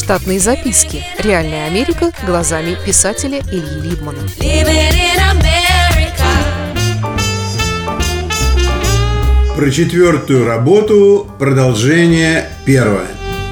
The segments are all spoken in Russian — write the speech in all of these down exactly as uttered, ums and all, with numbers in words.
Штатные записки. Реальная Америка глазами писателя Ильи Либмана. Про четвертую работу, продолжение первое.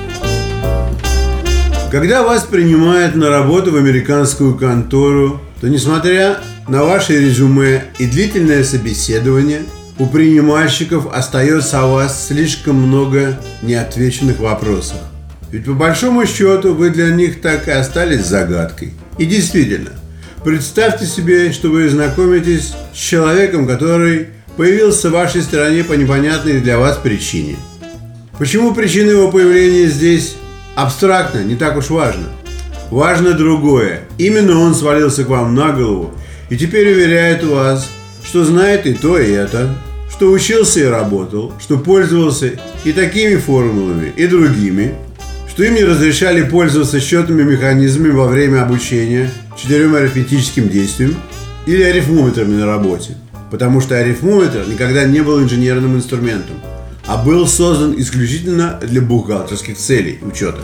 Когда вас принимают на работу в американскую контору, то, несмотря на ваше резюме и длительное собеседование, у принимальщиков остается о вас слишком много неотвеченных вопросов. Ведь по большому счету вы для них так и остались загадкой. И действительно, представьте себе, что вы знакомитесь с человеком, который появился в вашей стране по непонятной для вас причине. Почему причина его появления здесь абстрактно, не так уж важно. Важно другое. Именно он свалился к вам на голову и теперь уверяет вас, что знает и то, и это, что учился и работал, что пользовался и такими формулами, и другими, что им не разрешали пользоваться счетными механизмами во время обучения четырем арифметическим действиям или арифмометрами на работе, потому что арифмометр никогда не был инженерным инструментом, а был создан исключительно для бухгалтерских целей учета.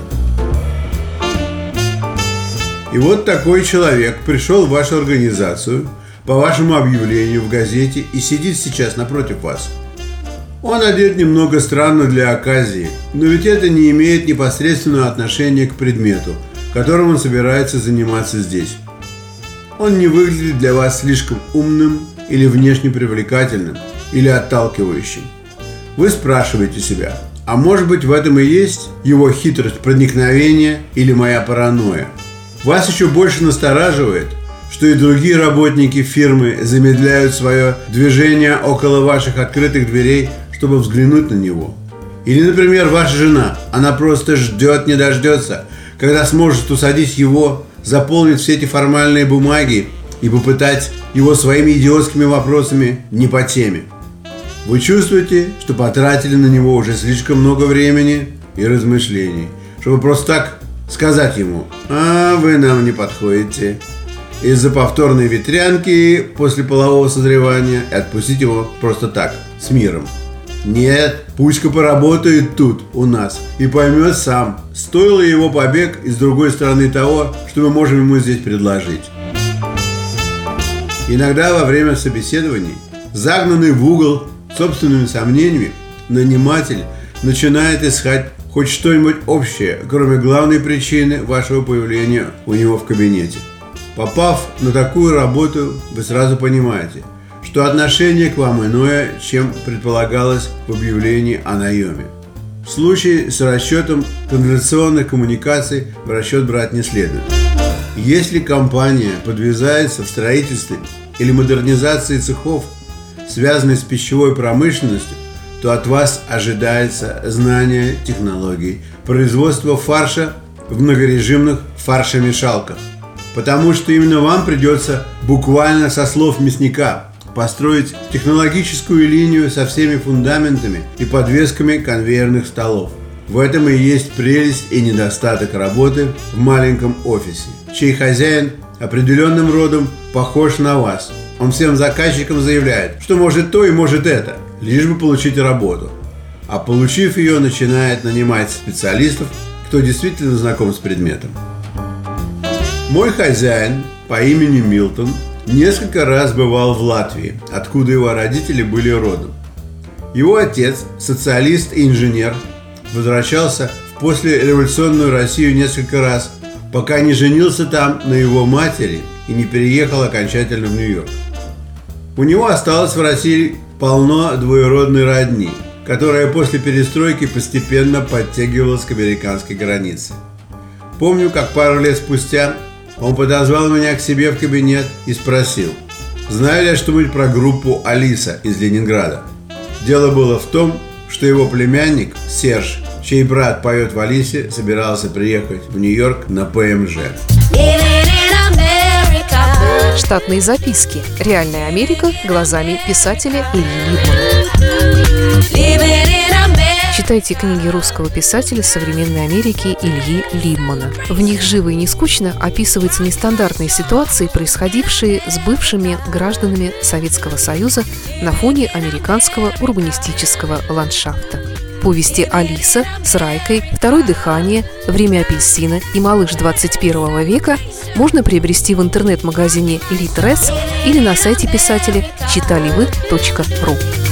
И вот такой человек пришел в вашу организацию по вашему объявлению в газете и сидит сейчас напротив вас. Он одет немного странно для оказии, но ведь это не имеет непосредственного отношения к предмету, которым он собирается заниматься здесь. Он не выглядит для вас слишком умным или внешне привлекательным, или отталкивающим. Вы спрашиваете себя, а может быть в этом и есть его хитрость проникновения или моя паранойя? Вас еще больше настораживает, что и другие работники фирмы замедляют свое движение около ваших открытых дверей, чтобы взглянуть на него. Или, например, ваша жена, она просто ждет, не дождется, когда сможет усадить его, заполнить все эти формальные бумаги и попытать его своими идиотскими вопросами не по теме. Вы чувствуете, что потратили на него уже слишком много времени и размышлений, чтобы просто так сказать ему: «А вы нам не подходите», из-за повторной ветрянки после полового созревания и отпустить его просто так, с миром. Нет, пусть-ка поработает тут, у нас, и поймет сам, стоил ли его побег из другой стороны того, что мы можем ему здесь предложить. Иногда во время собеседований, загнанный в угол собственными сомнениями, наниматель начинает искать хоть что-нибудь общее, кроме главной причины вашего появления у него в кабинете. Попав на такую работу, вы сразу понимаете, что отношение к вам иное, чем предполагалось в объявлении о наеме. В случае с расчетом конверсионных коммуникаций в расчет брать не следует. Если компания подвязается в строительстве или модернизации цехов, связанных с пищевой промышленностью, то от вас ожидается знание технологий производства фарша в многорежимных фаршемешалках. Потому что именно вам придется буквально со слов мясника построить технологическую линию со всеми фундаментами и подвесками конвейерных столов. В этом и есть прелесть и недостаток работы в маленьком офисе, чей хозяин определенным родом похож на вас. Он всем заказчикам заявляет, что может то и может это, лишь бы получить работу. А получив ее, начинает нанимать специалистов, кто действительно знаком с предметом. Мой хозяин по имени Милтон несколько раз бывал в Латвии, откуда его родители были родом. Его отец, социалист и инженер, возвращался в послереволюционную Россию несколько раз, пока не женился там на его матери и не переехал окончательно в Нью-Йорк. У него осталось в России полно двоюродной родни, которая после перестройки постепенно подтягивалась к американской границе. Помню, как пару лет спустя он подозвал меня к себе в кабинет и спросил, знаю ли я что-нибудь про группу «Алиса» из Ленинграда. Дело было в том, что его племянник Серж, чей брат поет в «Алисе», собирался приехать в Нью-Йорк на Пэ Эм Жэ. Штатные записки. Реальная Америка глазами писателя Ильи Либмана. Читайте книги русского писателя современной Америки Ильи Либмана. В них живо и не скучно описываются нестандартные ситуации, происходившие с бывшими гражданами Советского Союза на фоне американского урбанистического ландшафта. Повести «Алиса» с Райкой, «Второе дыхание», «Время апельсина» и «Малыш двадцать первого века» можно приобрести в интернет-магазине Литрес или на сайте писателя читаливы точка ру.